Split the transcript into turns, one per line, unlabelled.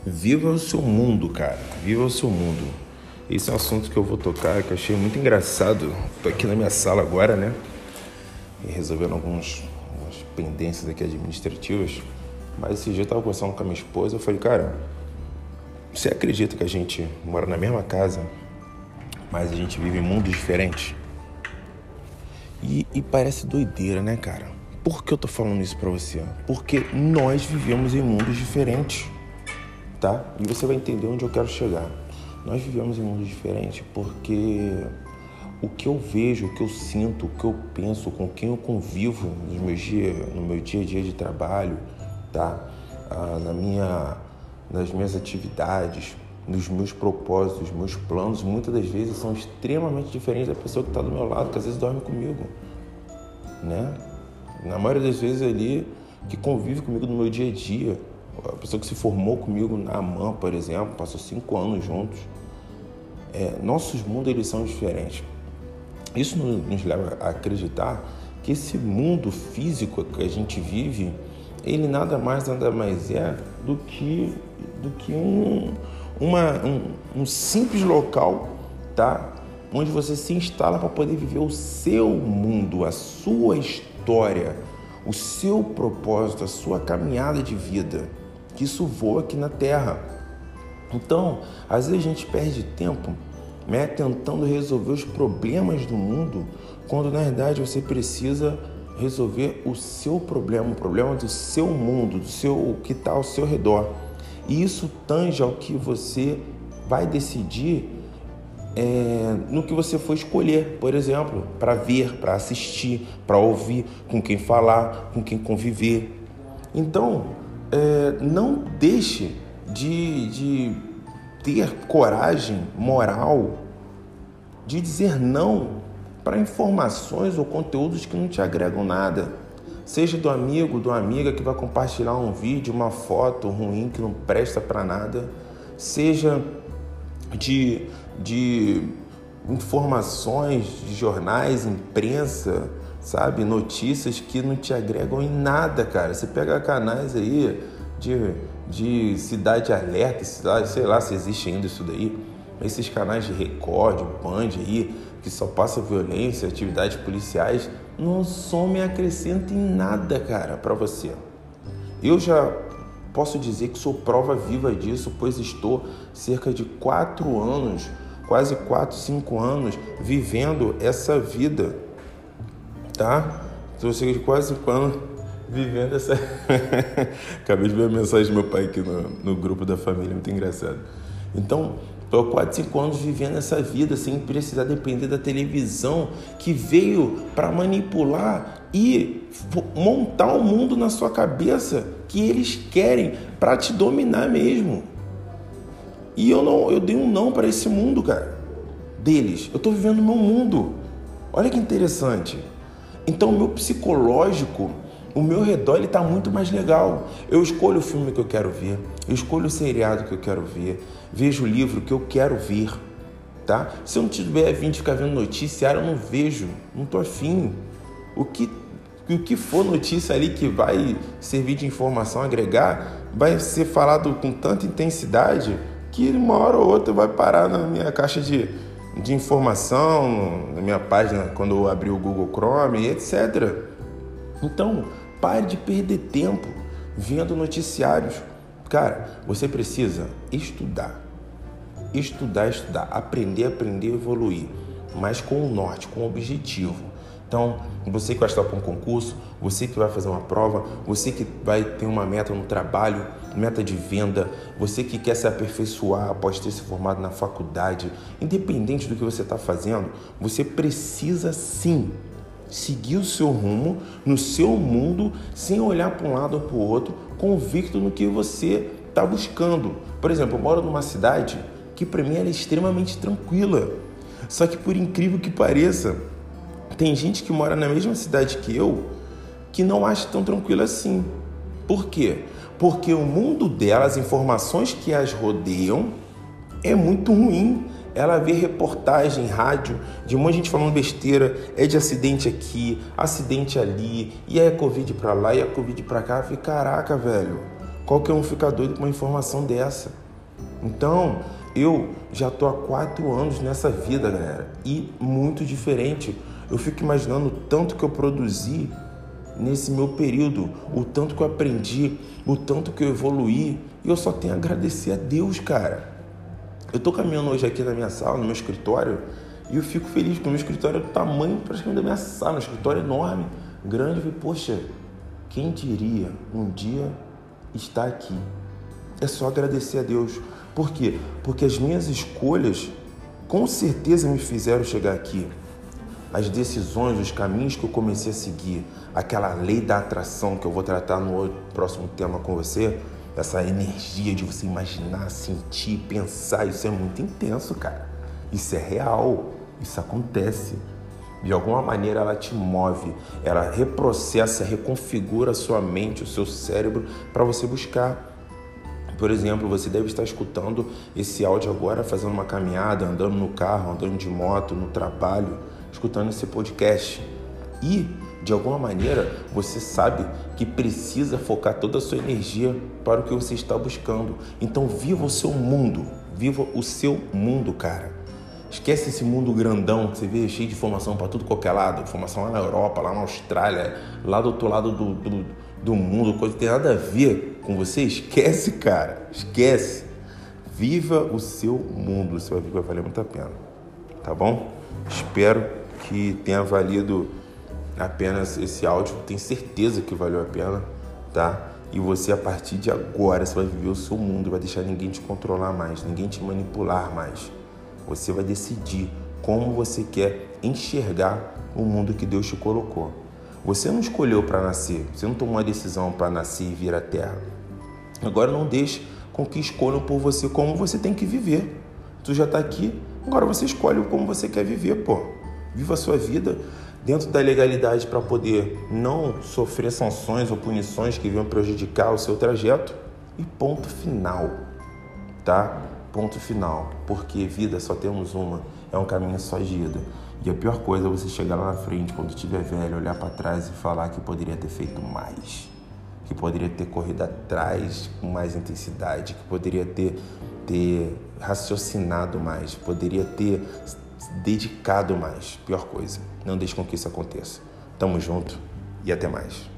Viva o seu mundo, cara. Viva o seu mundo. Esse é um assunto que eu vou tocar, que eu achei muito engraçado. Tô aqui na minha sala agora, né? E resolvendo algumas pendências aqui administrativas. Mas esse dia eu tava conversando com a minha esposa. Eu falei, cara, você acredita que a gente mora na mesma casa, mas a gente vive em mundos diferentes? E parece doideira, né, cara? Por que eu tô falando isso pra você? Porque nós vivemos em mundos diferentes, tá? E você vai entender onde eu quero chegar. Nós vivemos em mundos diferentes porque o que eu vejo, o que eu sinto, o que eu penso, com quem eu convivo no meu dia a dia de trabalho, tá? Nas minhas atividades, nos meus propósitos, meus planos, muitas das vezes são extremamente diferentes da pessoa que está do meu lado, que às vezes dorme comigo, né? Na maioria das vezes ali, que convive comigo no meu dia a dia, a pessoa que se formou comigo na AMAN, por exemplo, passou 5 anos juntos, nossos mundos eles são diferentes. Isso nos leva a acreditar que esse mundo físico que a gente vive, ele nada mais é do que um simples local, tá? Onde você se instala para poder viver o seu mundo, a sua história, o seu propósito, a sua caminhada de vida, que isso voa aqui na Terra. Então, às vezes a gente perde tempo, né, tentando resolver os problemas do mundo, quando na verdade você precisa resolver o seu problema, o problema do seu mundo, o que está ao seu redor. E isso tange ao que você vai decidir no que você for escolher, por exemplo, para ver, para assistir, para ouvir, com quem falar, com quem conviver. Então, não deixe de ter coragem moral de dizer não para informações ou conteúdos que não te agregam nada. Seja do amigo, da amiga que vai compartilhar um vídeo, uma foto ruim que não presta para nada. Seja de informações de jornais, imprensa, sabe? Notícias que não te agregam em nada, cara. Você pega canais aí de Cidade Alerta, sei lá se existe ainda isso daí. Esses canais de Record, Band aí, que só passa violência, atividades policiais, não some e acrescenta em nada, cara, para você. Eu já posso dizer que sou prova viva disso, pois estou cerca de 4 anos, quase 4, 5 anos, vivendo essa vida, tá? Estou cerca de quase 5 anos vivendo essa... Acabei de ver a mensagem do meu pai aqui no grupo da família, muito engraçado. Então, estou há 4, 5 anos vivendo essa vida sem precisar depender da televisão que veio para manipular e montar um mundo na sua cabeça que eles querem para te dominar mesmo. E eu dei um não para esse mundo, cara, deles. Eu estou vivendo o meu mundo. Olha que interessante. Então, o meu psicológico, o meu redor, ele tá muito mais legal. Eu escolho o filme que eu quero ver, eu escolho o seriado que eu quero ver, vejo o livro que eu quero ver, tá? Se eu não tiver a fim de ficar vendo noticiário, eu não vejo, não tô afim. O que for notícia ali que vai servir de informação, agregar, vai ser falado com tanta intensidade que uma hora ou outra vai parar na minha caixa de informação, na minha página, quando eu abrir o Google Chrome, etc. Então, pare de perder tempo vendo noticiários. Cara, você precisa estudar, aprender, evoluir, mas com o norte, com o objetivo. Então, você que vai estudar para um concurso, você que vai fazer uma prova, você que vai ter uma meta no trabalho, meta de venda, você que quer se aperfeiçoar após ter se formado na faculdade, independente do que você está fazendo, você precisa sim seguir o seu rumo, no seu mundo, sem olhar para um lado ou para o outro, convicto no que você está buscando. Por exemplo, eu moro numa cidade que para mim ela é extremamente tranquila. Só que por incrível que pareça, tem gente que mora na mesma cidade que eu que não acha tão tranquila assim. Por quê? Porque o mundo dela, as informações que as rodeiam, é muito ruim. Ela vê reportagem, rádio, de um monte de gente falando besteira, é de acidente aqui, acidente ali, e é Covid pra lá, e é Covid pra cá. Eu falei, caraca, velho, Qualquer um fica doido com uma informação dessa. Então, eu já tô há 4 anos nessa vida, galera, e muito diferente. Eu fico imaginando o tanto que eu produzi nesse meu período, o tanto que eu aprendi, o tanto que eu evoluí, e eu só tenho a agradecer a Deus, cara. Eu tô caminhando hoje aqui na minha sala, no meu escritório, e eu fico feliz, porque o meu escritório é do tamanho praticamente da minha sala, um escritório enorme, grande. Eu falei, poxa, quem diria um dia estar aqui? É só agradecer a Deus. Por quê? Porque as minhas escolhas com certeza me fizeram chegar aqui. As decisões, os caminhos que eu comecei a seguir, aquela lei da atração que eu vou tratar no próximo tema com você, essa energia de você imaginar, sentir, pensar, isso é muito intenso, cara. Isso é real, isso acontece. De alguma maneira ela te move, ela reprocessa, reconfigura a sua mente, o seu cérebro para você buscar. Por exemplo, você deve estar escutando esse áudio agora fazendo uma caminhada, andando no carro, andando de moto, no trabalho, escutando esse podcast. E, de alguma maneira, você sabe que precisa focar toda a sua energia para o que você está buscando. Então, viva o seu mundo. Viva o seu mundo, cara. Esquece esse mundo grandão que você vê cheio de informação para tudo qualquer lado. Informação lá na Europa, lá na Austrália, lá do outro lado do mundo. Coisa que tem nada a ver com você. Esquece, cara. Esquece. Viva o seu mundo. Você vai ver que vai valer muito a pena. Tá bom? Espero que tenha valido apenas esse áudio. Tenho certeza que valeu a pena, tá? E você, a partir de agora, você vai viver o seu mundo. Vai deixar ninguém te controlar mais, ninguém te manipular mais. Você vai decidir como você quer enxergar o mundo que Deus te colocou. Você não escolheu para nascer, você não tomou uma decisão para nascer e vir à Terra. Agora não deixe com que escolham por você como você tem que viver. Tu já está aqui, agora você escolhe como você quer viver, pô. Viva a sua vida dentro da legalidade para poder não sofrer sanções ou punições que venham prejudicar o seu trajeto. E ponto final, tá? Ponto final, porque vida só temos uma, é um caminho só de ida. E a pior coisa é você chegar lá na frente, quando estiver velho, olhar para trás e falar que poderia ter feito mais, que poderia ter corrido atrás com mais intensidade, que poderia ter raciocinado mais, poderia ter se dedicado mais. Pior coisa, não deixe com que isso aconteça. Tamo junto e até mais.